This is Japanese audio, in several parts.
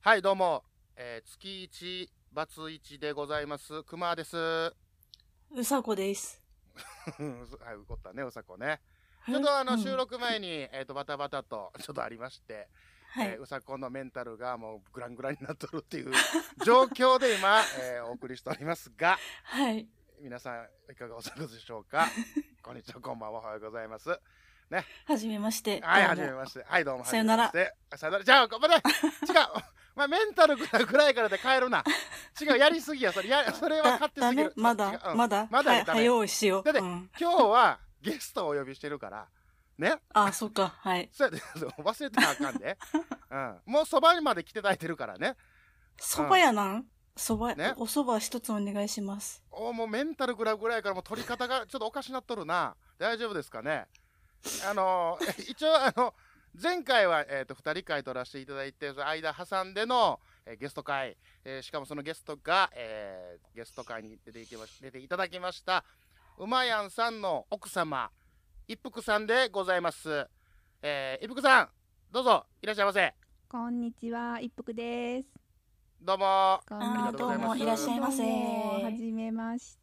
はい、どうも、月一バツ一でございます。くまです。はうさこです。 い、怒ったね、うさこね。ちょっとうん。 収録前に、バタバタとちょっとありまして、 はい。 うさこのメンタルがもうグラングランになっとるっていう状況で今、お送りしておりますが、 はい。 皆さんいかがお過ごしでしょうか。こんにちは、こんばんは、おはようございます。ね。 はじめまして。 はい、 どうも。 はじめまして。はい、どうも、はさよなら。 じめまして。さよなら。じゃあ、ここで、違う。まあ、メンタルぐらいからで帰るな。違う、やりすぎや。それは勝手すぎる。 まだ違う、うん。 まだまだね、ダメ。 用意しよだって、 う。うん。 今日はゲストをお呼びしてるから、ね。 あ、そっか。はい。 そうやで、忘れてなあかんで。うん。もうそばにまで来ていただいてるからね。うそばん。 やなん。 ね。 おそば一つお願いします。 もうメンタルぐらいからもう取り方がちょっとおかしなっとるな。大丈夫ですかね。一応前回は、2人会取らせていただいて、その間挟んでの、ゲスト会、しかもそのゲストが、ゲスト会に出ていただきました、うまやんさんの奥様、一服さんでございます。一服さん、どうぞ、いらっしゃいませ。 こんにちは、一福です。 どうも、ありがとうごどうも、 ざいます。 いらっしゃいませ。 はじめまして。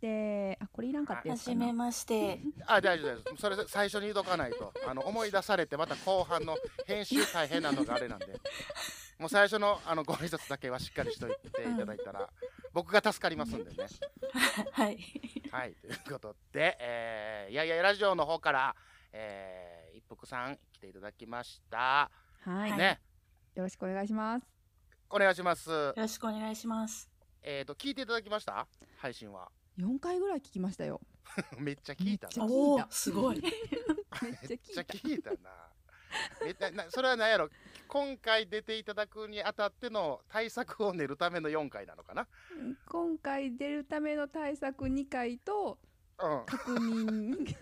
これいらんかったはですかな。 じめまして。 大丈夫です。それ最初に言うとかないと、思い出されて、また後半の編集大変なのがあれなんで。もう最初のご挨拶だけはしっかりしといていただいたら、僕が助かりますんでね。 はい。 はい、ということで、いやいやラジオの方から、一服さん来ていただきました。 はい。 ね。 よろしくお願いします。 お願いします。 よろしくお願いします。 聞いていただきました配信は。 4回ぐらい聞きましたよ。 めっちゃ聞いたな。 おー、すごい。 めっめっちゃちゃ聞いた。 聞いたな。それは何やろ、今回出ていただくにあたっての対策を練るための4回なのかな。 今回出るための対策2回とうん。 確認。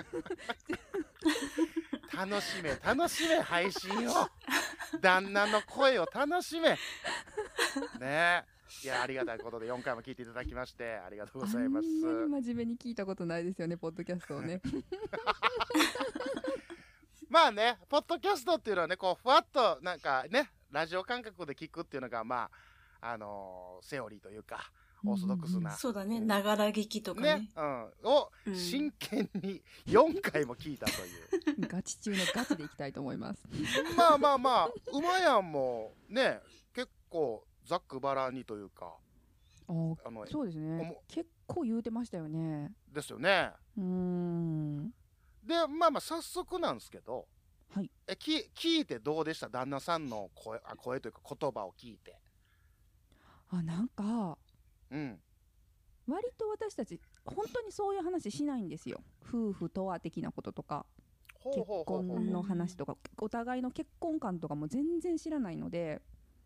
楽しめ配信を。旦那の声を楽しめ。ね。いや、ありがたいことで4回も聞いていただきましてありがとうございます。 あんなに真面目に聞いたことないですよね、ポッドキャストをね。 まあね、ポッドキャストっていうのはね、こうふわっとなんかね、ラジオ感覚で聞くっていうのがまあセオリーというかオーソドックスな、 そうだね。ながら聞きとかね。 を真剣に4回も聞いたという、 ガチ中のガチでいきたいと思います。 まあうまやんもね、結構ざっくばらんにというか、 そうですね。結構言うてましたよね。 ですよね。でまあ早速なんですけど、 はい。 聞いてどうでした？旦那さんの声というか言葉を聞いて。 なんかうん。 割と私たち本当にそういう話しないんですよ。夫婦とは的なこととか結婚の話とかお互いの結婚観とかも全然知らないので、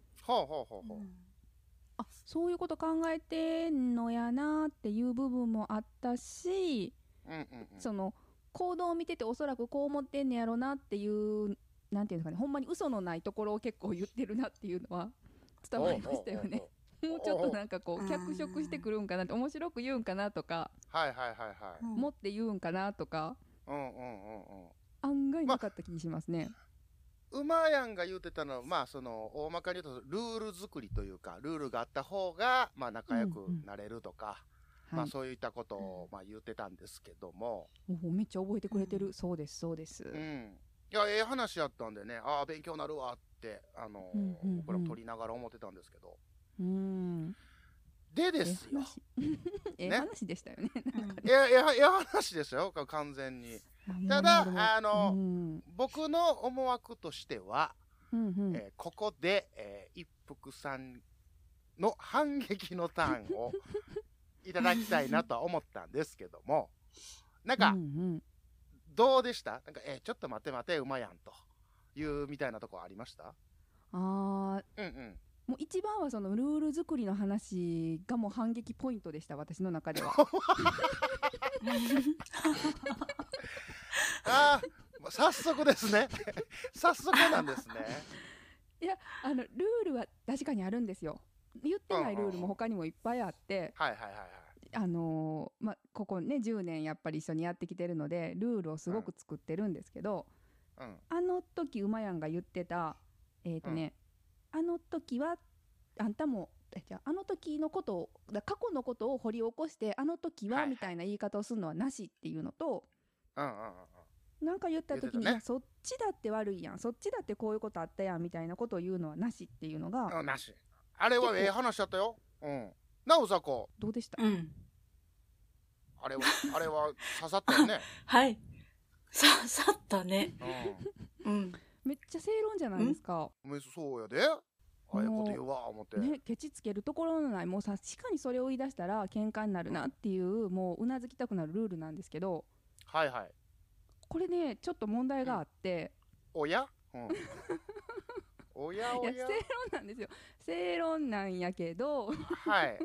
そういうこと考えてんのやなっていう部分もあったし、その行動を見てておそらくこう思ってんねやろなっていう、なんていうんですかね、ほんまに嘘のないところを結構言ってるなっていうのは伝わりましたよね。もうちょっとなんかこう脚色してくるんかなって、面白く言うんかなとか、持って言うんかなとか、案外なかった気しますね。 うまやんが言うてたのは、まあその大まかに言うとルール作りというか、ルールがあった方がまあ仲良くなれるとか、まあそういったことをまあ言ってたんですけども、 めっちゃ覚えてくれてる。そうですそうです。 いや、話やったんでね、勉強なるわって僕らも撮りながら思ってたんですけど、でですよ。 話でしたよね。 話ですよ、完全に。ただ僕の思惑としては、ここで、一服さんの反撃のターンをいただきたいなとは思ったんですけども、なんか、どうでした？なんかちょっと待てうまやんというみたいなところありました？ もう一番はそのルール作りの話がもう反撃ポイントでした、私の中では。 早速ですね。早速なんですね。 いや、ルールは確かにあるんですよ。言ってないルールも他にもいっぱいあって、ここね10年やっぱり一緒にやってきてるのでルールをすごく作ってるんですけど、あの時うまやんが言ってたあの時はあんたもじゃあ、あの時のことを過去のことを掘り起こしてあの時はみたいな言い方をするのはなしっていうのと、なんか言った時に、いやそっちだって悪いやん、そっちだってこういうことあったやんみたいなことを言うのはなしっていうのが、 なし。あれは話しちゃったよ。なおさこどうでした？ あれは刺さったよね。 はい、刺さったね。 めっちゃ正論じゃないですか。 そうやで。ああいうこと言うわ思ってね、ケチつけるところのない、もう確かにそれを言い出したら喧嘩になるなっていう、もううなずきたくなるルールなんですけど、 はいはい、 これねちょっと問題があって、 おやおやおや、 いや正論なんですよ。正論なんやけどはい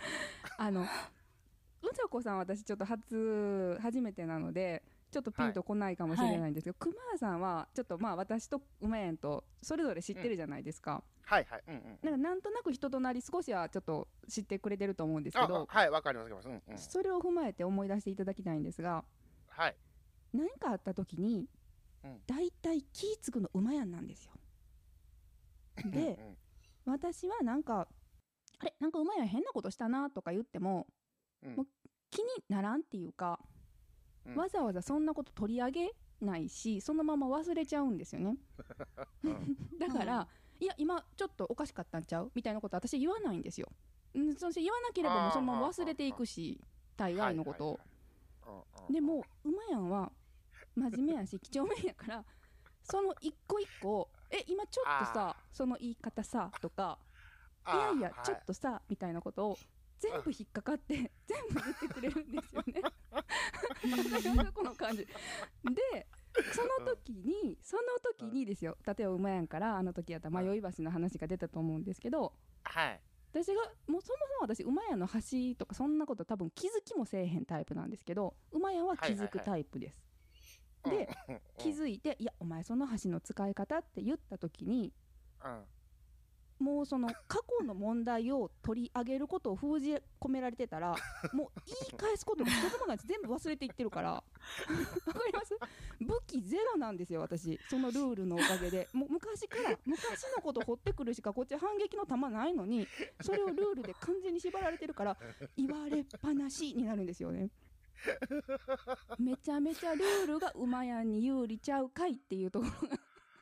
うさこさん私ちょっと初めてなのでちょっとピンとこないかもしれないんですけど、くまさんはちょっと私とうまやんとそれぞれ知ってるじゃないですか。 はいはい、 なんとなく人となり少しはちょっと知ってくれてると思うんですけど、 はい、わかります、 それを踏まえて思い出していただきたいんですが、 はい、 何かあった時にだいたい気ぃつくのうまやんなんですよ。で私はなんかうまやん変なことしたなとか言っても、もう気にならんっていうか、わざわざそんなこと取り上げないし、そのまま忘れちゃうんですよねだから、いや今ちょっとおかしかったんちゃうみたいなこと私言わないんですよ。そして言わなければもうそのまま忘れていくし、大概のことを。でもうまやんは真面目やし几帳面やから、その一個一個今ちょっとさその言い方さとか、いやいやちょっとさみたいなことを全部引っかかって全部言ってくれるんですよねこの感じで、その時にですよ、例えばうまやんからあの時やったら迷い橋の話が出たと思うんですけど、私がもうそもそも私うまやんの橋とかそんなこと多分気づきもせえへんタイプなんですけど、うまやんは気づくタイプです。で気づいて、いやお前その橋の使い方って言った時に、もうその過去の問題を取り上げることを封じ込められてたらもう言い返すことが一つもないです。全部忘れていってるからわかります？武器ゼロなんですよ私、そのルールのおかげで。もう昔のこと掘ってくるしかこっち反撃の弾ないのに、それをルールで完全に縛られてるから言われっぱなしになるんですよねめちゃめちゃルールがうまやんに有利ちゃうかいっていうところ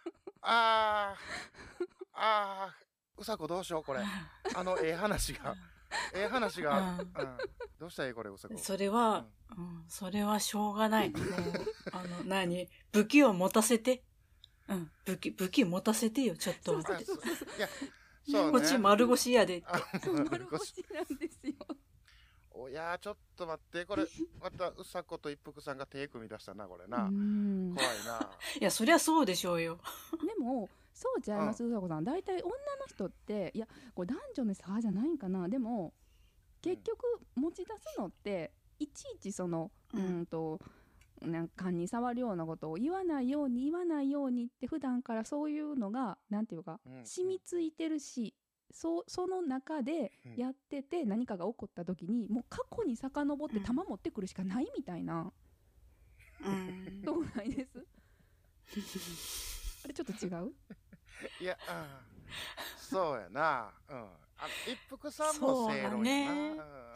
がうさこどうしようこれ話がどうしたらいいこれうさこ。 それはしょうがない。もう武器を持たせて、武器持たせてよちょっとはって。 いやそうね、 こっち丸腰やでって。 丸腰なんですよ。 おやちょっと待って、これまたうさこと一服さんが手組み出したなこれな。怖いな。 いやそりゃそうでしょうよ。 でもそうちゃいます、うさこさん。大体女の人って、いやこれ男女の差じゃないんかな、でも結局持ち出すのっていちいちそのなんか勘に触るようなことを言わないようにって普段からそういうのがなんていうか染みついてるし、その中でやってて何かが起こった時にもう過去に遡って弾持ってくるしかないみたいな、どうないですあれちょっと違う？いやそうやな。一服さんも正論やな。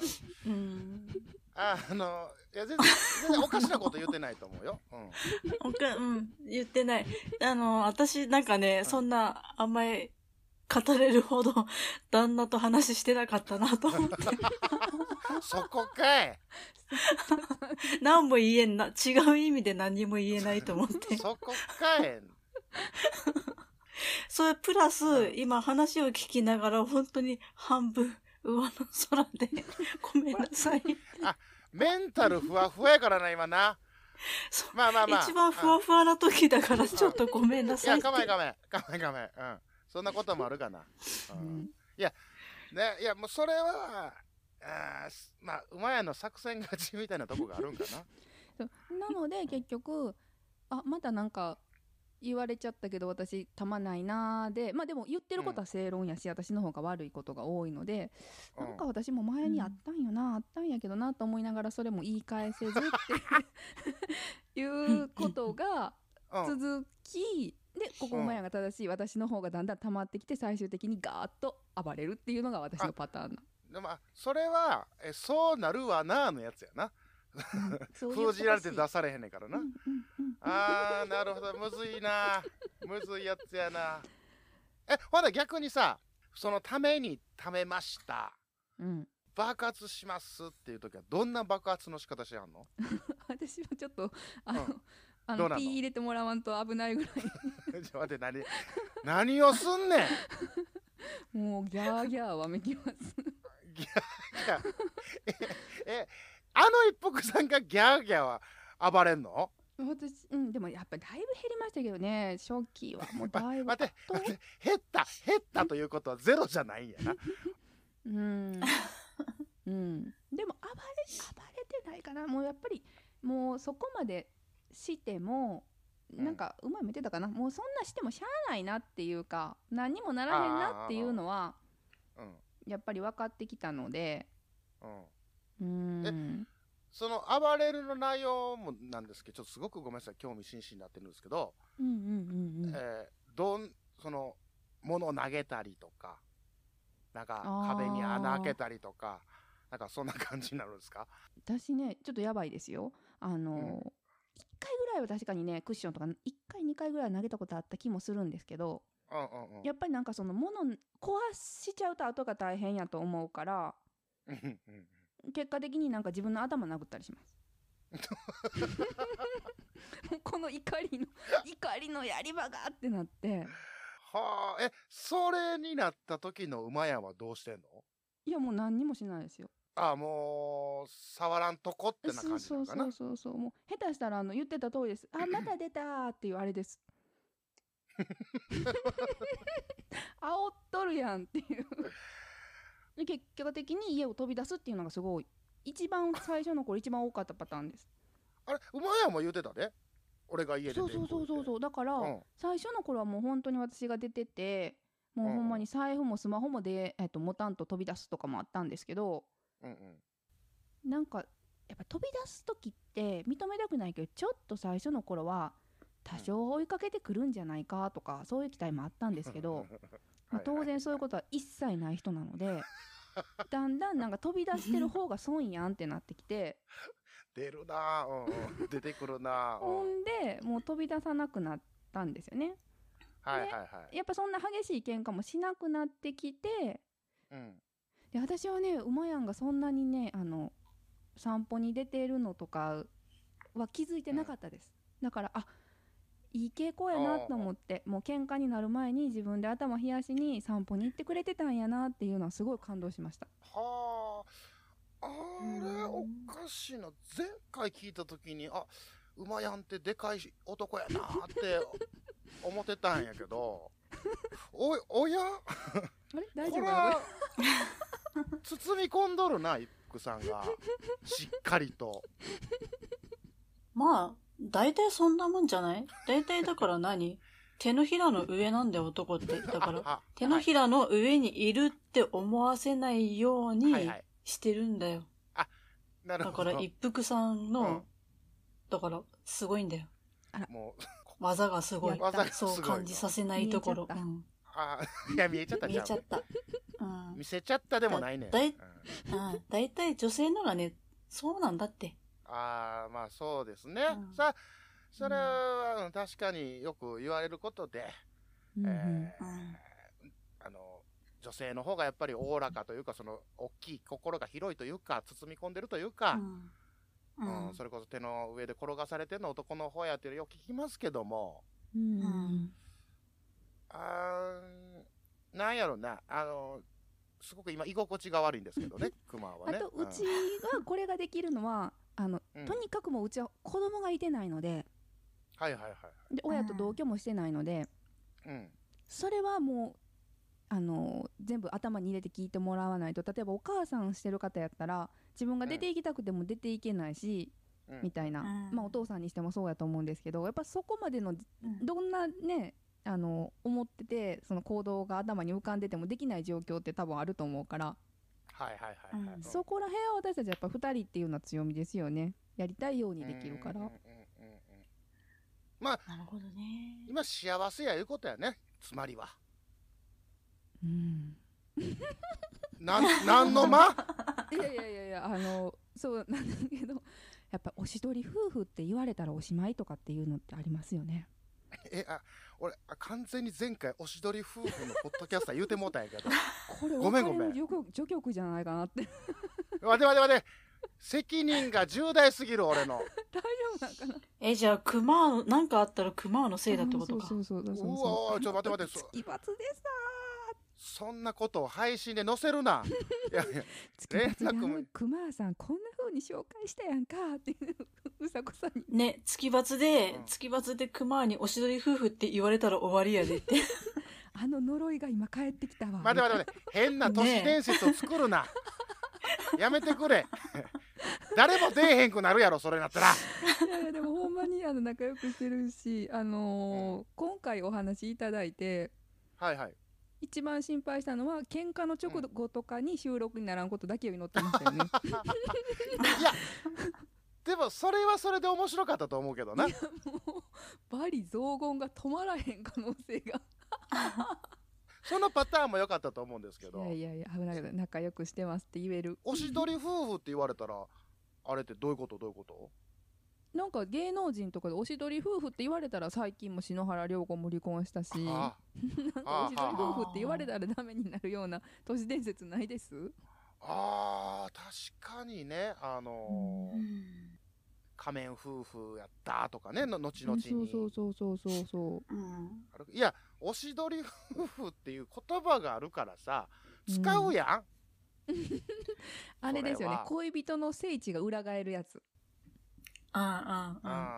いや全然おかしなこと言ってないと思うよ。 言ってない。私なんかね、そんなあんまり語れるほど旦那と話してなかったなと思ってそこかい何も言えんな、違う意味で何も言えないと思ってそこかいそれプラス、今話を聞きながら本当に半分上の空でごめんなさいメンタルふわふわやからな今な。まあ一番ふわふわな時だからちょっとごめんなさいって。 いやかめそんなこともあるかな。いやもうそれは馬屋の作戦勝ちみたいなとこがあるんかななので結局まだなんか言われちゃったけど私たまないなーで、でも言ってることは正論やし、私の方が悪いことが多いので、なんか私も前にあったんよな、あったんやけどなと思いながらそれも言い返せずっていうことが続き、 でここ馬やが正しい、私の方がだんだん溜まってきて最終的にガーッと暴れるっていうのが私のパターンな。 でもそれはそうなるわなのやつやな。封じられて出されへんねんからな。あー、なるほど。むずいな。むずいやつやな。ほら逆にさ、そのために貯めました、爆発しますっていう時はどんな爆発の仕方しはんの？ 私はちょっとピー入れてもらわんと危ないぐらい。 ちょっと待って、何をすんねん。もうギャーギャーわめきます。 ギャーギャー。一服さんがギャーギャーは暴れんの？ 私、でもやっぱりだいぶ減りましたけどね。初期はもうだいぶ。 待って減ったということはゼロじゃないんやな。 でも暴れてないかな。もうやっぱりもうそこまでしてもなんかうまい見てたかな。もうそんなしてもしゃあないなっていうか、何にもならへんなっていうのはやっぱり分かってきたので。 その暴れるの内容もなんですけど、ちょっとすごくごめんなさい、興味津々になってるんですけど、その物を投げたりとか、なんか壁に穴開けたりとか、なんかそんな感じになるんですか？ 私ね、ちょっとやばいですよ。1回ぐらいは確かにね、クッションとか1回2回ぐらい投げたことあった気もするんですけど、やっぱりなんかその物壊しちゃうと後が大変やと思うから、結果的になんか自分の頭殴ったりします。この怒りのやり場がってなって。 はあ、それになった時の馬やんはどうしてんの？ いやもう何にもしないですよ。 もう触らんとこってな感じなのかな。 そうもう下手したら言ってた通りです。また出たっていうあれです。煽っとるやんっていう。で結果的に家を飛び出すっていうのがすごい一番最初の頃一番多かったパターンです。 あれ馬やんも言うてたで、俺が家で。 そうだから、最初の頃はもう本当に私が出てて、もうほんまに財布もスマホもで、持たんと飛び出すとかもあったんですけど、なんかやっぱ飛び出す時って認めたくないけど、ちょっと最初の頃は多少追いかけてくるんじゃないかとか、そういう期待もあったんですけど、当然そういうことは一切ない人なので、だんだんなんか飛び出してる方が損やんってなってきて出るな出てくるなほんでもう飛び出さなくなったんですよね。やっぱそんな激しい喧嘩もしなくなってきて、で私はね馬やんがそんなにね散歩に出てるのとかは気づいてなかったです。だからいい傾向やなと思って、もう喧嘩になる前に自分で頭冷やしに散歩に行ってくれてたんやなっていうのはすごい感動しました。 はあ、あれおかしいな。前回聞いた時に馬やんってでかい男やなって思ってたんやけどおやあれ大丈夫かな包み込んどるな、一服さんがしっかりと。 まあ大体そんなもんじゃない？大体だから手のひらの上なんだよ男って。だから手のひらの上にいるって思わせないようにしてるんだよ。 なるほど。 だから一服さんの、だからすごいんだよ。 もう技がすごい。そう感じさせないところ。 いや見えちゃった。 見えちゃった。 見せちゃったでもないね。 だいたい女性のがねそうなんだって。 まあそうですね。さあそれは確かによく言われることで、女性の方がやっぱりおおらかというか、その大きい心が広いというか、包み込んでるというか、それこそ手の上で転がされてるの男の方やってよく聞きますけども、なんやろな、すごく今居心地が悪いんですけどねクマはね。 あとうちがこれができるのはとにかくもううちは子供がいてないので、で親と同居もしてないので、それはもう全部頭に入れて聞いてもらわないと。例えばお母さんしてる方やったら自分が出ていきたくても出ていけないし、みたいな、まあお父さんにしてもそうやと思うんですけど、やっぱそこまでのどんなね思っててその行動が頭に浮かんでてもできない状況って多分あると思うから、そこら辺は私たちやっぱ2人っていうのは強みですよね。やりたいようにできるから。 まあなるほどね。 今幸せやいうことやね、つまりは。なんの間いやそうなんだけど、やっぱおしどり夫婦って言われたらおしまいとかっていうのってありますよね。 俺完全に前回おしどり夫婦のポッドキャスター言うてもうたんやけどこれごめんごめん、 序曲じゃないかなって。 待て責任が重大すぎる俺の。 大丈夫なんかな。 じゃあ熊なんかあったら熊のせいだってことか。 そう。 うわちょっと待って月罰でさそんなことを配信で載せるな。いや連絡も熊さんこんな風に紹介したやんかってうさこさんにね、月罰で熊におしどり夫婦って言われたら終わりやでってあの呪いが今帰ってきたわ。 待て変な都市伝説を作るな、やめてくれ誰も出えへんくなるやろそれなったら。 いやでもほんまに仲良くしてるし、今回お話いただいて、 はいはい、 一番心配したのは喧嘩の直後とかに収録にならんことだけを祈ってましたよね。 いやでもそれはそれで面白かったと思うけどな。 いやもう罵詈雑言が止まらへん可能性がそのパターンも良かったと思うんですけど。 いや危ないけど仲良くしてますって言える。 おしどり夫婦って言われたらあれってどういうことなんか芸能人とかでおしどり夫婦って言われたら、最近も篠原涼子も離婚したし、なんかおしどり夫婦って言われたらダメになるような都市伝説ないです？ 確かにね、仮面夫婦やったとかね、後々に。 そう、 いやおしどり夫婦っていう言葉があるからさ使うやん、 あれですよね、恋人の聖地が裏返るやつ。 ま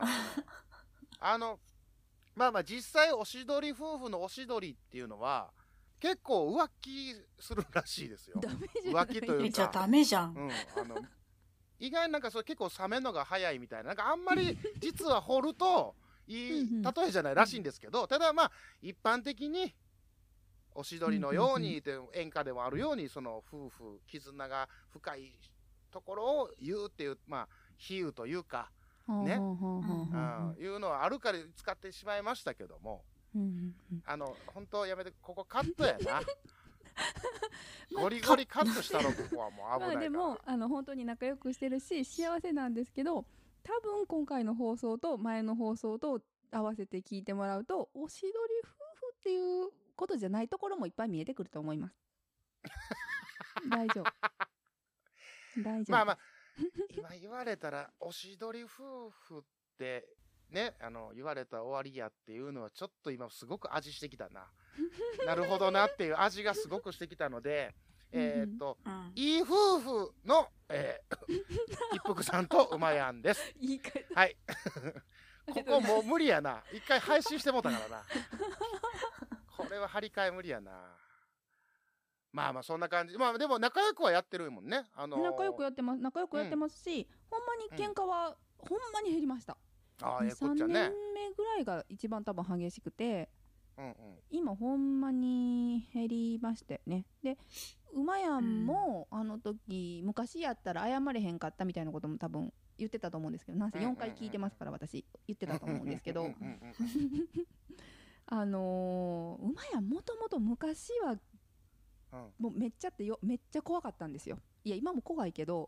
あ実際おしどり夫婦のおしどりっていうのは結構浮気するらしいですよ。 ダメじゃない。 浮気というかじゃあダメじゃん、 意外になんかそれ結構冷めるのが早いみたいな、なんかあんまり実は掘るといい例えじゃないらしいんですけど、ただまあ一般的におしどりのように演歌でもあるように、その夫婦絆が深いところを言うっていう、まあ比喩というかね、いうのはあるから使ってしまいましたけども、本当やめて、ここカットやなゴリゴリカットしたろ、ここはもう危ないから。 でも本当に仲良くしてるし幸せなんですけど、多分今回の放送と前の放送と合わせて聞いてもらうと、おしどり夫婦っていうことじゃないところもいっぱい見えてくると思います。大丈夫。 まあ今言われたらおしどり夫婦ってね、言われたら終わりやっていうのはちょっと今すごく味してきたななるほどなっていう味がすごくしてきたので、いい夫婦の、一服さんとうまやんです。はいここもう無理やな、一回配信してもうたからなこれは張り替え無理やな。まあそんな感じ。まあでも仲良くはやってるもんね。 仲良くやってますし、ほんまに喧嘩はほんまに減りました。3年目ぐらいが一番多分激しくて、今ほんまに減りましたよね。で馬やんもあの時昔やったら謝れへんかったみたいなことも多分言ってたと思うんですけど、なんせ4回聞いてますから私言ってたと思うんですけど、馬やんもともと昔はもうめっちゃ怖かったんですよ。いや今も怖いけど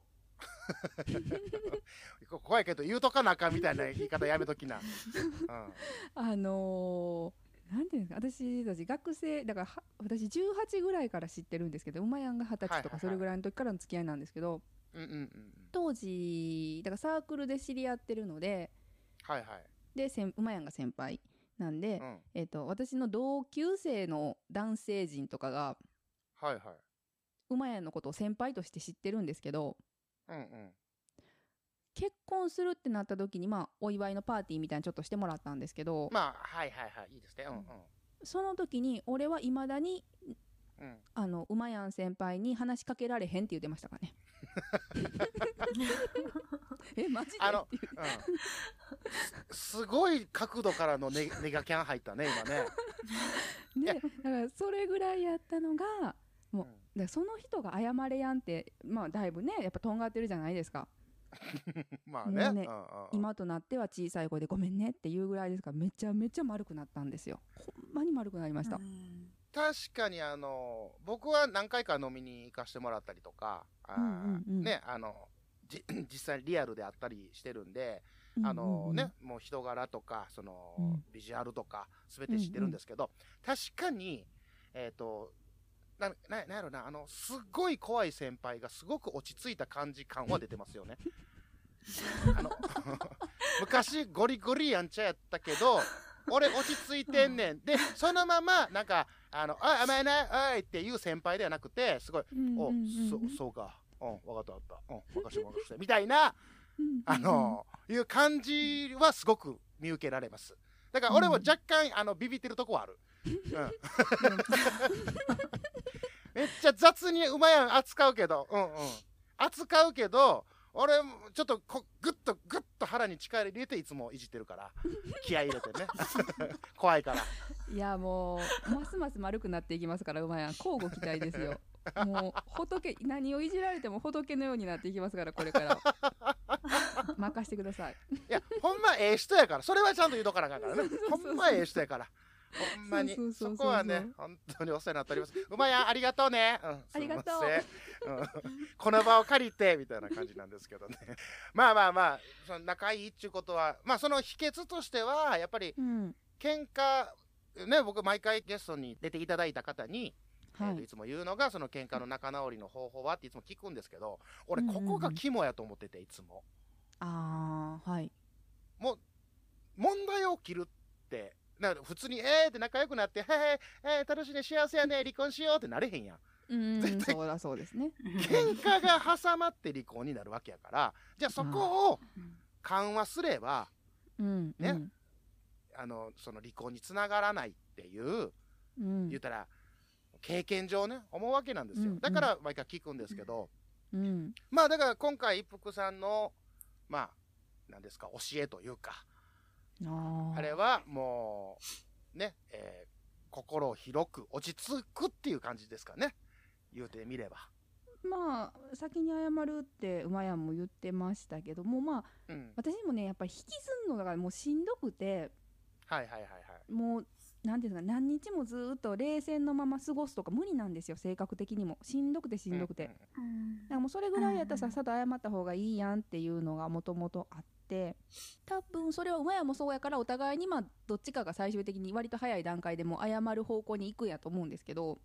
怖いけど言うとかなあかんみたいな言い方やめときな。 なんていうんですか、私たち学生だから私18ぐらいから知ってるんですけど、馬やんが20歳とかそれぐらいの時からの付き合いなんですけど、当時だからサークルで知り合ってるので、で馬やんが先輩なんで、私の同級生の男性陣とかが馬やんのことを先輩として知ってるんですけど、結婚するってなった時にお祝いのパーティーみたいなちょっとしてもらったんですけど、 いいですね。 その時に俺はいまだに馬やん先輩に話しかけられへんって言ってましたからね。マジでっていうすごい角度からのネガキャン入ったね今ね。 だからそれぐらいやったのがもう、その人が謝れやんってだいぶねやっぱとんがってるじゃないですか。 まあね、 ね、今となっては小さい声でごめんねっていうぐらいですから、めちゃめちゃ丸くなったんですよ。ほんまに丸くなりました。 確かに僕は何回か飲みに行かしてもらったりとか、ね、実際リアルであったりしてるんで、ね、もう人柄とかビジュアルとか全て知ってるんですけど、確かになんやろな、すっごい怖い先輩がすごく落ち着いた感じ感は出てますよね。昔ゴリゴリやんちゃやったけど、俺落ち着いてんねん。で、そのまま、なんか、お前な、おいっていう先輩ではなくて、すごい、そうか、わかったわかった、任して任して、みたいな、いう感じはすごく見受けられます。だから俺も若干、ビビってるとこはある。めっちゃ雑にうまやん扱うけど、扱うけど、俺ちょっとグッと腹に力入れていつもいじってるから、気合い入れてね。怖いから。 いやもうますます丸くなっていきますから、うまやん交互期待ですよ。もう仏、何をいじられても仏のようになっていきますから、これから任してください。 いやほんまええ人やから、それはちゃんと言うとかなあかんからね。ほんまええ人やから、ほんまにそこはね、本当にお世話になっております。うまやんありがとうね。 ありがとう。 この場を借りてみたいな感じなんですけどね。まあその仲いいっちゅうことは、まあその秘訣としてはやっぱり喧嘩ね、僕毎回ゲストに出ていただいた方に、いつも言うのが、その喧嘩の仲直りの方法はっていつも聞くんですけど、俺ここが肝やと思ってて、いつも。 はい。 もう問題を起きるって普通にって仲良くなって、楽しいね、幸せやね、離婚しようってなれへんやん。 絶対そうですね。 喧嘩が挟まって離婚になるわけやから、じゃあそこを緩和すれば、ね、その離婚につながらないっていう、言ったら経験上ね思うわけなんですよ。だから毎回聞くんですけど、まあだから今回一服さんのまあ何ですか、教えというか、あれはもうね、心を広く落ち着くっていう感じですかね、言うてみれば。 まあ先に謝るって馬やんも言ってましたけども、まあ、私もねやっぱり引きずるのがもうしんどくて、もうなんていうか、何日もずっと冷戦のまま過ごすとか無理なんですよ、性格的にもしんどくて。だからもうそれぐらいやったらさっさと謝った方がいいやんっていうのがもともとあって、多分それは馬やもそうやから、お互いにまあどっちかが最終的に割と早い段階でも謝る方向に行くんやと思うんですけど、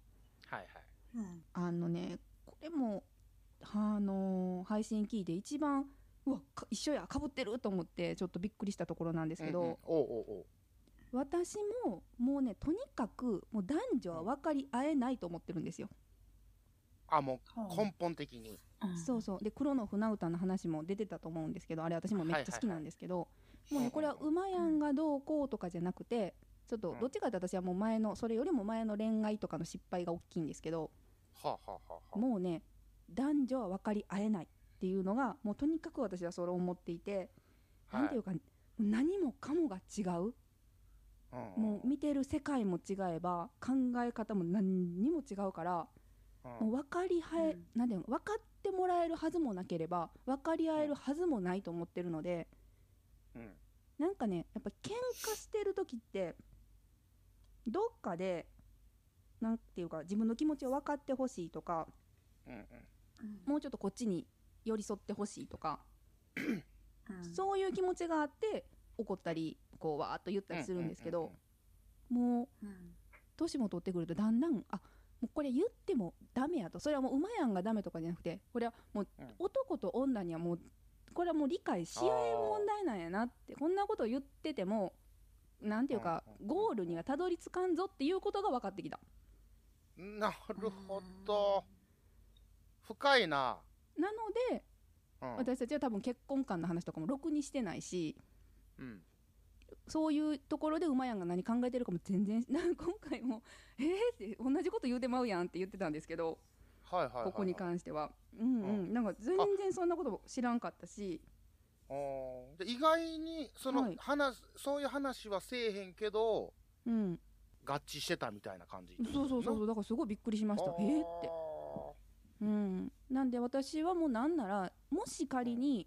これも配信聞いて一番一緒や、かぶってると思ってちょっとびっくりしたところなんですけど、私ももうね、とにかくもう男女は分かり合えないと思ってるんですよ。 もう根本的に。 そうで、黒の船歌の話も出てたと思うんですけど、あれ私もめっちゃ好きなんですけど、もうね、これは馬やんがどうこうとかじゃなくて、ちょっとどっちかって私はもうそれよりも前の恋愛とかの失敗が大きいんですけど、もうね、男女は分かり合えないっていうのがもうとにかく私はそれを思っていて、なんていうか何もかもが違う。もう見てる世界も違えば考え方も何にも違うから、もう分かってもらえるはずもなければ分かり合えるはずもないと思ってるので、なんかね、やっぱ喧嘩してる時ってどっかでなんていうか自分の気持ちを分かってほしいとか、もうちょっとこっちに寄り添ってほしいとか、そういう気持ちがあって怒ったりこうわーっと言ったりするんですけど、もう年も取ってくるとだんだんもうこれ言ってもダメやと、それはもう馬やんがダメとかじゃなくて、これはもう男と女にはもうこれはもう理解し合える問題なんやなって、こんなこと言っててもなんていうかゴールにはたどり着かんぞっていうことが分かってきた。 なるほど、深いな。 なので、私たちは多分結婚観の話とかもろくにしてないし、そういうところで馬やんが何考えてるかも全然今回もって同じこと言うてまうやんって言ってたんですけど、ここに関してはなんか全然そんなこと知らんかったし、 意外にそういう話はせえへんけど、合致してたみたいな感じ。 そうだからすごいびっくりしました。ってなんで私はもうなんなら、もし仮に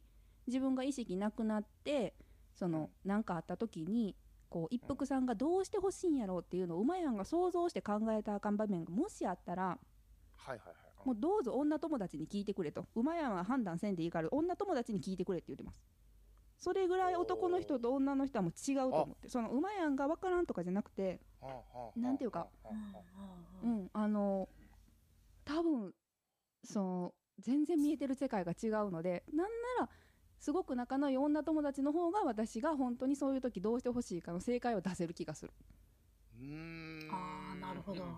自分が意識なくなって何かあった時にこう一服さんがどうしてほしいんやろうっていうのを馬やんが想像して考えたらあかん場面がもしあったら、 はいはいはい、 もうどうぞ女友達に聞いてくれと、馬やんは判断せんでいいから女友達に聞いてくれって言ってます。それぐらい男の人と女の人はもう違うと思って、その馬やんが分からんとかじゃなくて、なんていうか、多分全然見えてる世界が違うので、なんならすごく仲のいい女友達の方が私が本当にそういう時どうしてほしいかの正解を出せる気がする。 ああ、なるほど。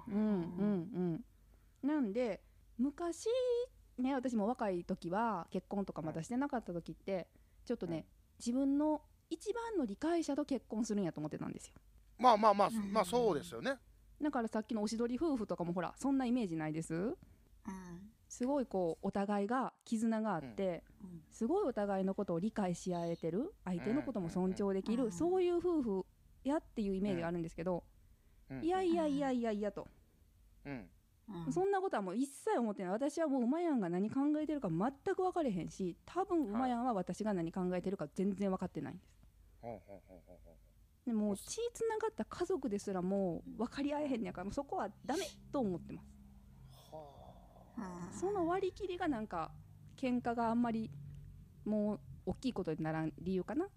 なんで昔ね、私も若い時は結婚とかまだしてなかった時ってちょっとね、自分の一番の理解者と結婚するんやと思ってたんですよ。 まあそうですよね。 だからさっきのおしどり夫婦とかもほらそんなイメージないです？すごいこうお互いが絆があって、すごいお互いのことを理解し合えてる、相手のことも尊重できる、そういう夫婦やっていうイメージがあるんですけど、いやと、そんなことはもう一切思ってない。私はもう馬やんが何考えてるか全く分かれへんし、多分馬やんは私が何考えてるか全然分かってないんです。でも血つながった家族ですらもう分かり合えへんやから、もうそこはダメと思ってます。その割り切りがなんか喧嘩があんまりもう大きいことにならん理由かなって。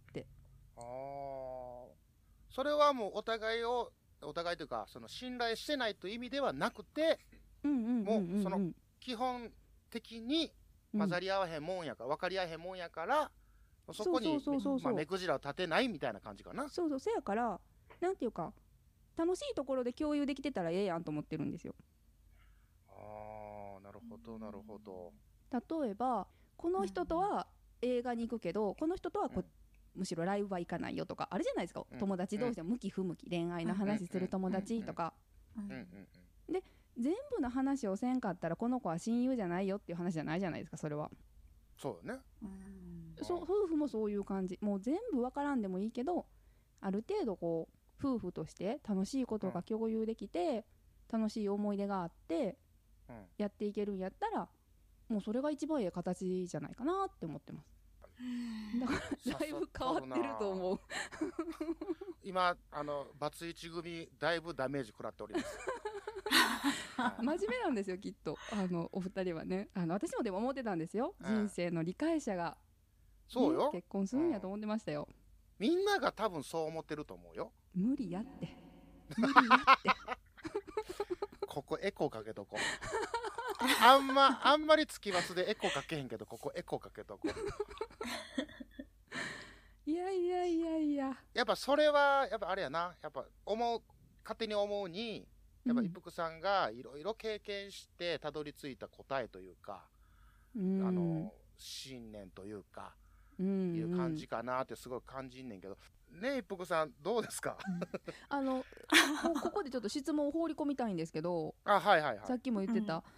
それはもうお互いというかその信頼してないという意味ではなくて、もうその基本的に混ざり合わへんもんやから、分かり合えへんもんやから、そこに目くじらを立てないみたいな感じかな。 そうせやからなんていうか楽しいところで共有できてたらええやんと思ってるんですよ。 なるほどなるほど。 例えばこの人とは映画に行くけど、この人とはむしろライブは行かないよとかあるじゃないですか、友達同士で向き不向き、恋愛の話する友達とかで、全部の話をせんかったらこの子は親友じゃないよっていう話じゃないじゃないですか、それは。 そうだね。 夫婦もそういう感じ、もう全部分からんでもいいけど、ある程度こう夫婦として楽しいことが共有できて、楽しい思い出があってやっていけるんやったら、もうそれが一番いい形じゃないかなって思ってます。だからだいぶ変わってると思う今バツイチ組だいぶダメージ食らっております真面目なんですよきっとお二人はね。私もでも思ってたんですよ、人生の理解者が、 そうよ、 結婚するんやと思ってましたよ。 みんなが多分そう思ってると思うよ。 無理やってここエコーかけとこうあんまりつきますでエコーかけへんけど、ここエコーかけとこういややっぱそれはやっぱあれやな、やっぱ勝手に思うに、やっぱ一服さんがいろいろ経験してたどり着いた答えというか、信念というか、いう感じかなってすごい感じんねんけどね。一服さんどうですか？ ここでちょっと質問を放り込みたいんですけど、さっきも言ってた、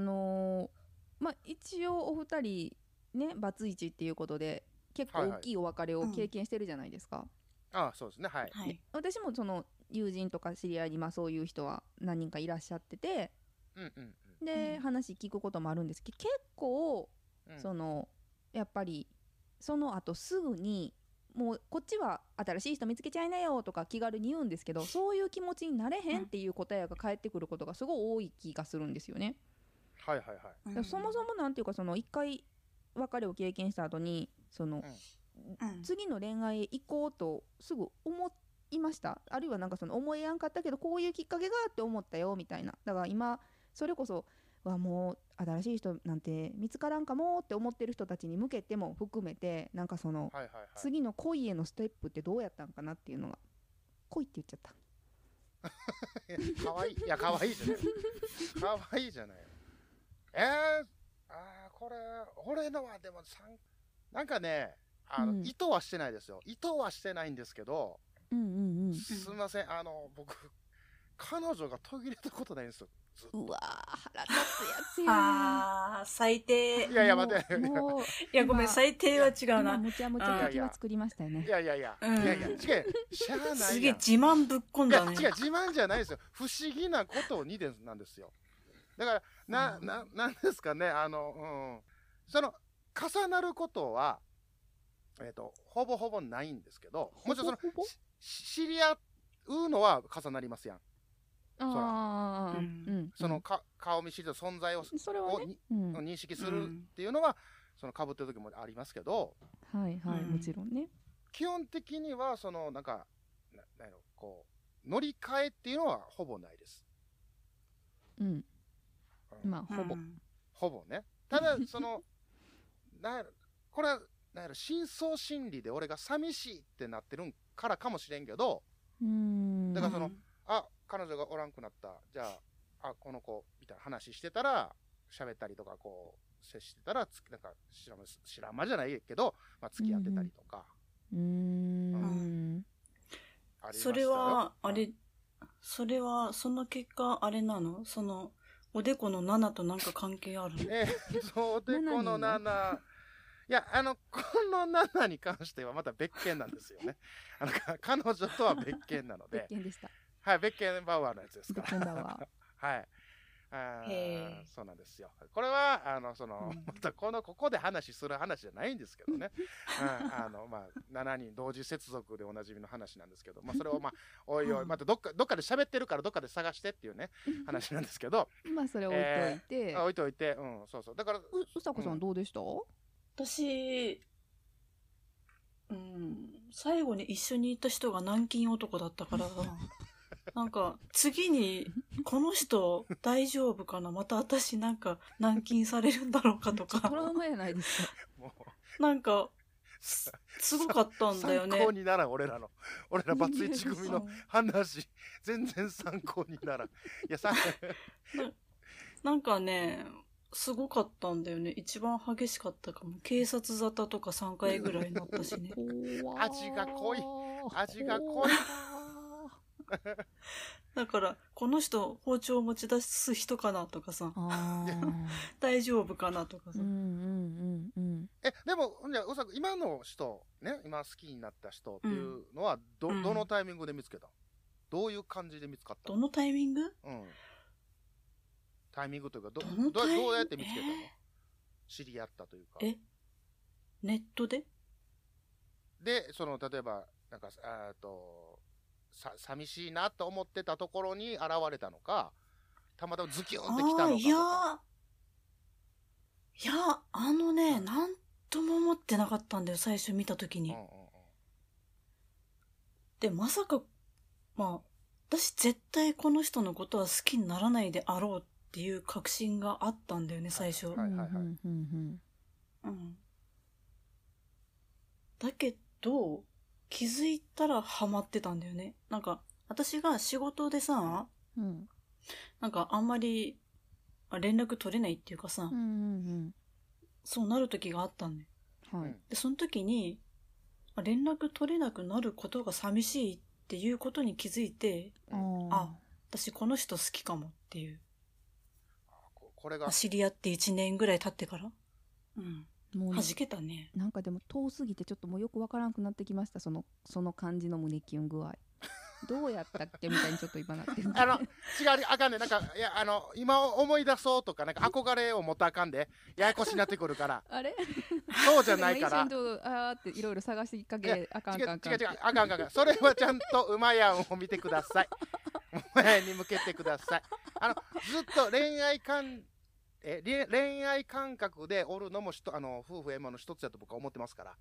一応お二人ねバツイチっていうことで結構大きいお別れを経験してるじゃないですか。 そうですね、はい。 私もその友人とか知り合いにそういう人は何人かいらっしゃってて、で話聞くこともあるんですけど、結構やっぱりその後すぐにもうこっちは新しい人見つけちゃいなよとか気軽に言うんですけど、そういう気持ちになれへんっていう答えが返ってくることがすごい多い気がするんですよね。そもそもなんていうか、一回別れを経験した後に次の恋愛へ行こうとすぐ思いました？あるいはなんか思いやんかったけどこういうきっかけがあって思ったよみたいな。だから今それこそもう新しい人なんて見つからんかもって思ってる人たちに向けても含めて、なんか次の恋へのステップってどうやったんかなっていうのが。恋って言っちゃったかわいい。いや、かわいいじゃないかわいいじゃない。これ俺のはでもなんかね、意図はしてないですよ。意図はしてないんですけど、すみません、僕彼女が途切れたことないんですよ。 うわ腹立つやつや最低。 いや待って、 いやごめん、最低は違うな。 むちゃむちゃ敵は作りましたよね。 いや違う、しゃあないやん。 すげえ自慢ぶっこんだね。 違う、自慢じゃないですよ。不思議なことになんですよ。だからなんですかね、その重なることはほぼほぼないんですけど、もちろん知り合うのは重なりますやん。 ああ、 その顔見知りの存在を認識するっていうのはその被ってる時もありますけど、 はいはい、もちろんね。 基本的にはそのなんかこう乗り換えっていうのはほぼないです。 まあほぼね。ただそのこれは深層心理で俺が寂しいってなってるんからかもしれんけど、だからその彼女がおらんくなった、じゃあこの子みたいな話してたら喋ったりとかこう接してたらなんか知らん間じゃないけど、まあ、付き合ってたりとか、 それはその結果あれなの？そのおでこの7となんか関係あるの？ そう、おでこの7。いや、この7に関してはまた別件なんですよね。彼女とは別件なので。 別件でした。 はい、別件バウアーのやつですから。 別件バウアー。はい。そうなんですよ。これは、またここで話する話じゃないんですけどね。まあ、7人同時接続でおなじみの話なんですけど、まあ、それをまあ、おいおい、またどっかで喋ってるからどっかで探してっていうね、話なんですけど。 まあ、それ置いといて。 置いといて、そうそう。だから、 うさこさんどうでした？ 私、最後に一緒にいた人が軟禁男だったからなんか次にこの人大丈夫かな、また私なんか軟禁されるんだろうかとかトラウマやないですか。 なんかすごかったんだよね。 参考にならん、俺らバツイチ組の話全然参考にならん。いやなんかね、すごかったんだよね。一番激しかったかも。警察沙汰とか3回ぐらいになったしね。 味が濃い。 だからこの人包丁持ち出す人かなとかさ大丈夫かなとかさ。でもうさく今の人ね、今好きになった人っていうのはどのタイミングで見つけた？どういう感じで見つかった？ どのタイミング？ タイミングというかどうやって見つけたの？知り合ったというか。 ネットで？ で例えばなんか寂しいなと思ってたところに現れたのか、たまたまズキュンってきたのかとか。 いやなんとも思ってなかったんだよ、最初見たときに。でまさか私絶対この人のことは好きにならないであろうっていう確信があったんだよね、最初。だけど気づいたらハマってたんだよね。なんか私が仕事でさ、なんかあんまり連絡取れないっていうかさ、そうなる時があったんだよ。でその時に連絡取れなくなることが寂しいっていうことに気づいて、私この人好きかもっていう。 これが知り合って1年ぐらい経ってから、もう弾けたね。 なんかでも遠すぎてちょっともうよくわからんくなってきました。その感じの胸キュン具合どうやったっけみたいにちょっと今なってる。違う、 あかんね。なんかいや今思い出そうとかなんか憧れを持ったらあかんで、ややこしになってくるからあれそうじゃないから。 っていろいろ探してかけあかん。 違うそれはちゃんとうまやんを見てください。うまやんに向けてください。ずっと恋愛感覚でおるのも夫婦円満の一つだと僕は思ってますから。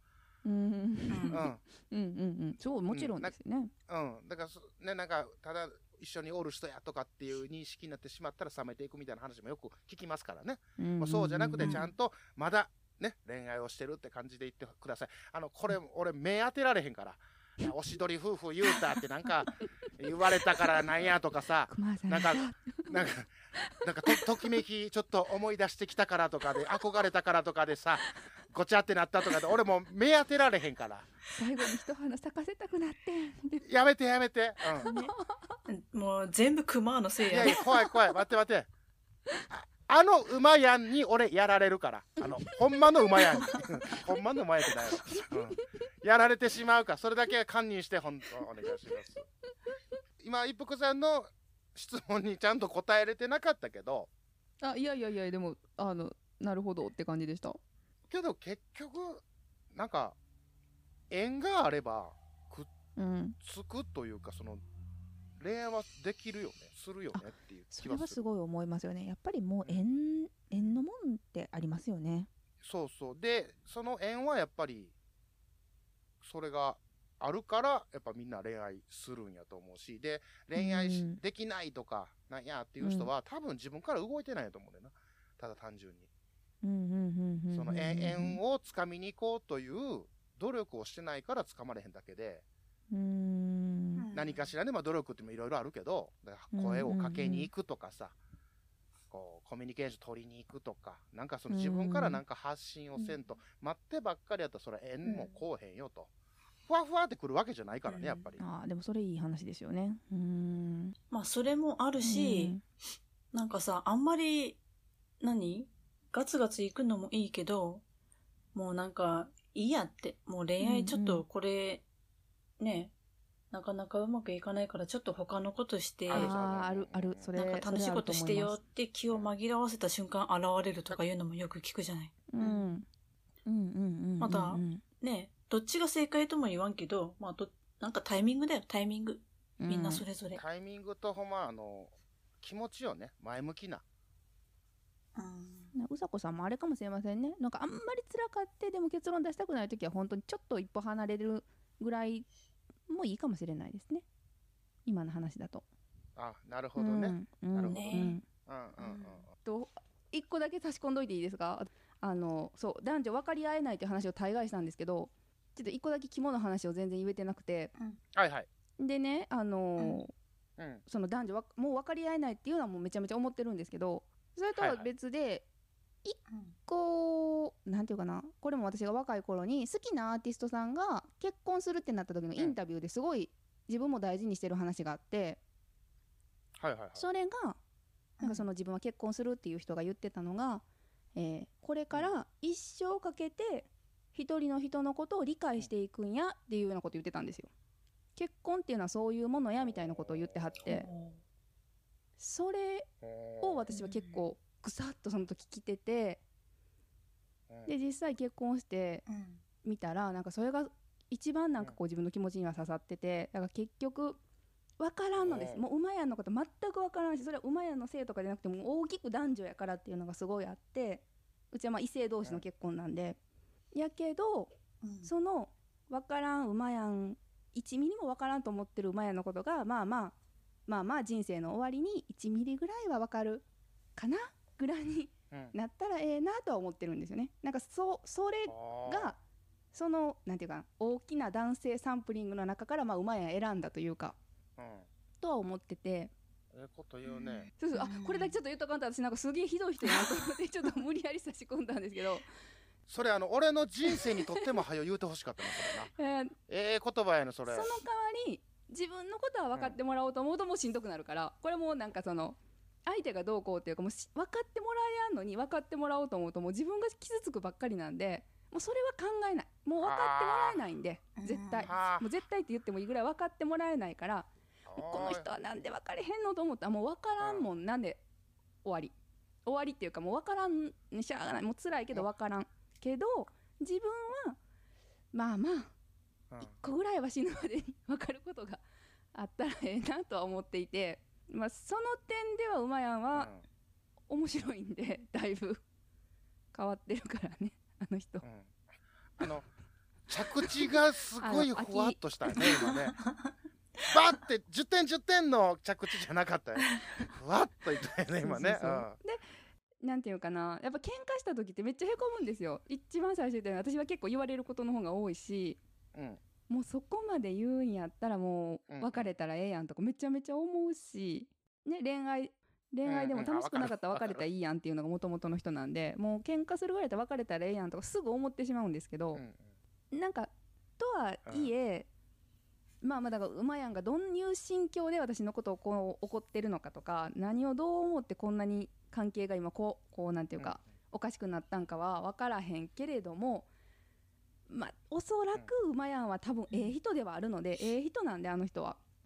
そうもちろんですね。 だからね、なんかただ一緒におる人やとかっていう認識になってしまったら冷めていくみたいな話もよく聞きますからね。そうじゃなくてちゃんとまだね恋愛をしてるって感じで言ってください。これ俺目当てられへんから。おしどり夫婦言うたってなんか言われたからなんやとかさ、なんかときめきちょっと思い出してきたからとかで憧れたからとかでさごちゃってなったとかで俺も目当てられへんから。 最後に一花咲かせたくなってやめて、 もう全部熊のせいや。 いや怖い待って馬やんに俺やられるからほんまの馬やんほんまの馬やんってないわ、やられてしまうから、それだけは堪忍して本当お願いします。今一服さんの質問にちゃんと答えれてなかったけど、 いやでもなるほどって感じでしたけど結局なんか縁があればくっうん、 つくというか、その恋愛はできるよね、するよねっていうそれ気はする。 はすごい思いますよね。やっぱりもう縁のもんってありますよね。 そうそう。で、その縁はやっぱり、それがあるから、やっぱみんな恋愛するんやと思うし、で、恋愛できないとか、なんやっていう人は、多分自分から動いてないと思うんだよな。ただ単純に。その縁をつかみに行こうという努力をしてないからつかまれへんだけで、何かしらで、努力ってもいろいろあるけど、声をかけに行くとかさ、こうコミュニケーション取りに行くとか、なんかその自分からなんか発信をせんと、待ってばっかりやったらそれ縁もこうへんよと。ふわふわってくるわけじゃないからね、やっぱり。 でもそれいい話ですよね。 まあそれもあるし、なんかさ、あんまりガツガツ行くのもいいけど、もうなんかいいやって、もう恋愛ちょっとこれ、ね、なかなかうまくいかないからちょっと他のことして、 ある、それ。 なんか楽しいことしてよって気を紛らわせた瞬間現れるとかいうのもよく聞くじゃない。また、ね、どっちが正解とも言わんけど、なんかタイミングだよ、タイミング。みんなそれぞれ。 タイミングと気持ちよね、前向きな。 うさこさんもあれかもしれませんね。なんかあんまり辛かってでも結論出したくないときは本当にちょっと一歩離れるぐらいもいいかもしれないですね。今の話だと。 なるほどね。なるほどね。 一個だけ差し込んどいていいですか？そう、男女分かり合えないという話を大概したんですけど、ちょっと一個だけ肝の話を全然言えてなくて、 はいはい。 でね、その男女はもう分かり合えないっていうのはもうめちゃめちゃ思ってるんですけど、それとは別で、一個、なんていうかな、これも私が若い頃に好きなアーティストさんが結婚するってなった時のインタビューですごい自分も大事にしてる話があって、それがなんかその自分は結婚するっていう人が言ってたのが、これから一生かけて一人の人のことを理解していくんやっていうようなこと言ってたんですよ。結婚っていうのはそういうものやみたいなことを言ってはって、それを私は結構ぐさっとその時聞いてて、で実際結婚してみたら、なんかそれが一番なんかこう自分の気持ちには刺さってて、だから結局分からんのです。もう馬やんのこと全く分からんし、それは馬やんのせいとかじゃなくても大きく男女やからっていうのがすごいあって、うちは異性同士の結婚なんで、やけど、その分からん馬やん、1ミリも分からんと思ってる馬やんのことがまあ人生の終わりに1ミリぐらいは分かるかなぐらいになったらええなとは思ってるんですよね。なんかそれがそのなんていうかな、大きな男性サンプリングの中から馬やん選んだというか、とは思ってて。 こと言うね。 そうこれだけちょっと言っとかんと私なんかすげえひどい人やなと思ってちょっと無理やり差し込んだんですけど、 それ俺の人生にとっても早言うてほしかったなそれな。言葉やのそれ。 その代わり自分のことは分かってもらおうと思うともうしんどくなるから、これもなんかその相手がどうこうっていうか、もう分かってもらえやんのに分かってもらおうと思うともう自分が傷つくばっかりなんで、もうそれは考えない。もう分かってもらえないんで、絶対もう絶対って言ってもいいぐらい分かってもらえないから、この人はなんで分かれへんのと思ったら、もう分からんもん、なんで終わりっていうか、もう分からんにしゃあがない、もう辛いけど分からんけど、自分はまあ1個ぐらいは死ぬまでに分かることがあったらええなとは思っていて、その点では馬やんは面白いんで、だいぶ変わってるからね、あの人。 着地がすごいふわっとしたね今ね。バッて10点の着地じゃなかったよ。ふわっといったよね今ね。 で、なんていうかな、やっぱ喧嘩した時ってめっちゃへこむんですよ。一番最初で私は結構言われることの方が多いし、もうそこまで言うんやったらもう別れたらええやんとかめちゃめちゃ思うし、ね、恋愛でも楽しくなかったら別れたらいいやんっていうのが元々の人なんで、もう喧嘩するぐらいだったら別れたらええやんとかすぐ思ってしまうんですけど、なんかとはいえ、だから馬やんがどういう心境で私のことをこう怒ってるのかとか、何をどう思ってこんなに関係が今こうなんていうか、おかしくなったんかは分からへんけれども、おそらく馬やんは多分ええ人ではあるので、ええ人なんであの人は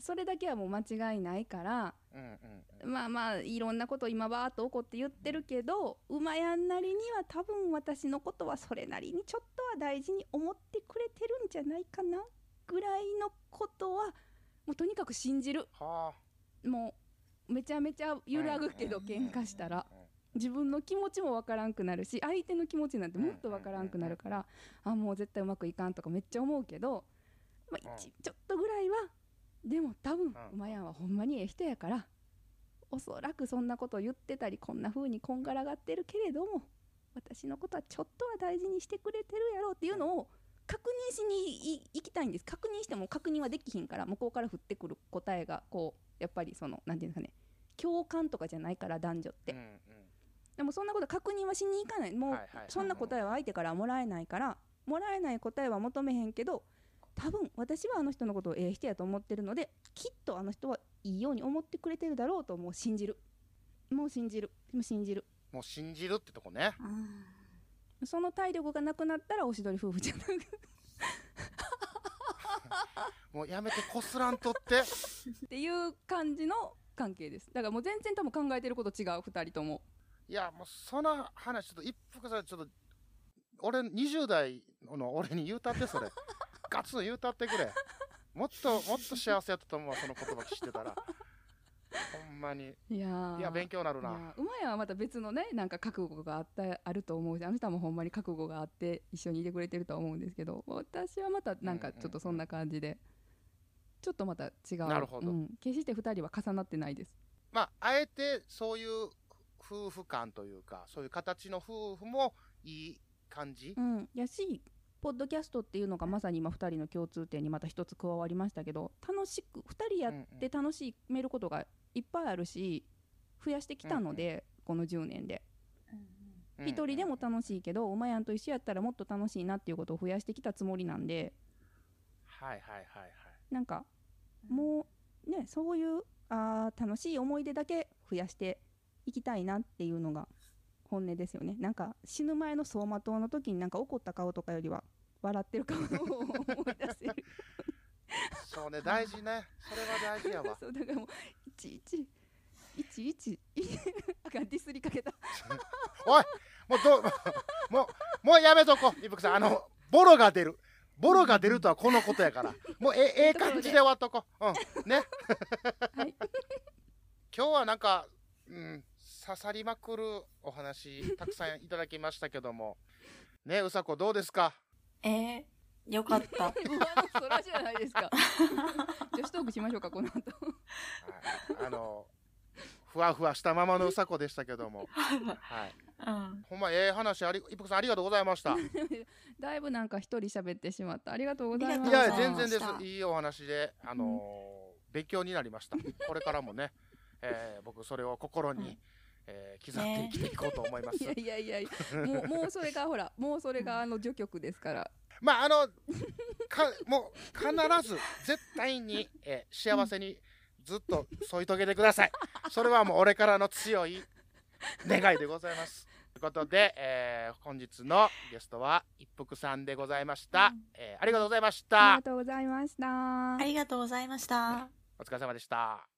それだけはもう間違いないから、まあまあいろんなこと今バーっと起こって言ってるけど、馬やんなりには多分私のことはそれなりにちょっとは大事に思ってくれてるんじゃないかなぐらいのことはもうとにかく信じる。もうめちゃめちゃ揺らぐけど、喧嘩したら自分の気持ちもわからんくなるし、相手の気持ちなんてもっとわからんくなるから、あ、もう絶対うまくいかんとかめっちゃ思うけど、まあ、ちょっとぐらいはでも多分馬やんはほんまにええ人やから、おそらくそんなこと言ってたりこんな風にこんがらがってるけれども、私のことはちょっとは大事にしてくれてるやろうっていうのを確認しに行きたいんです。確認しても確認はできひんから、向こうから降ってくる答えがこうやっぱりそのなんていうんですかね、共感とかじゃないから、男女って、でもそんなこと確認はしに行かない。もうそんな答えは相手からもらえないから、もらえない答えは求めへんけど、多分私はあの人のことをええ人やと思ってるので、きっとあの人はいいように思ってくれてるだろうと、もう信じる。もう信じる。もう信じる。 もう信じるってとこね。 その体力がなくなったらおしどり夫婦じゃなくもうやめてこすらんとってっていう感じの関係です。だからもう全然多分考えてること違う、2人とも。 いやもうその話ちょっと一服さ、ちょっと俺20代の俺に言うたってそれガツン言うたってくれ。もっと幸せやったと思うわ、その言葉聞いてたら。ほんまに。いや勉強になるな。 馬やはまた別のね、なんか覚悟があると思うし、あの人はもうほんまに覚悟があって一緒にいてくれてると思うんですけど、私はまたなんかちょっとそんな感じで、ちょっとまた違う。 なるほど。 決して2人は重なってないです。 まああえてそういう夫婦感というか、そういう形の夫婦もいい感じ、 やし、ポッドキャストっていうのがまさに今2人の共通点にまた一つ加わりましたけど、楽しく2人やって楽しめることがいっぱいあるし、増やしてきたので、この10年で1人でも楽しいけど、馬やんと一緒やったらもっと楽しいなっていうことを増やしてきたつもりなんで、なんかもうね、そういう楽しい思い出だけ増やしていきたいなっていうのが本音ですよね。なんか死ぬ前の走馬灯の時になんか怒った顔とかよりは笑ってる顔を思い出せるそうね、大事ね。それは大事やわそうだからもういちいちあかん、ディスりかけたおい、もうやめとこう。イブクさん、ボロが出るとはこのことやから、もうええ感じで終わっとこう。ねはい、今日はなんか刺さりまくるお話たくさんいただきましたけどもね、うさこどうですか？ よかったそらじゃないですか女子トークしましょうか、この後はい、ふわふわしたままのうさこでしたけどもはい、ほんま話イプクさんありがとうございましただいぶなんか一人喋ってしまった。ありがとうございました。いや全然です。いいお話で勉強になりました。これからもね、僕それを心に、刻って生きていこうと思います。 いやもうそれがほら、もうそれが序曲ですから。 まあもう必ず絶対に、幸せにずっと添い遂げてください。それはもう俺からの強い願いでございます。ということで、本日のゲストは一服さんでございました。ありがとうございました。 ありがとうございました。 ありがとうございました。 お疲れ様でした。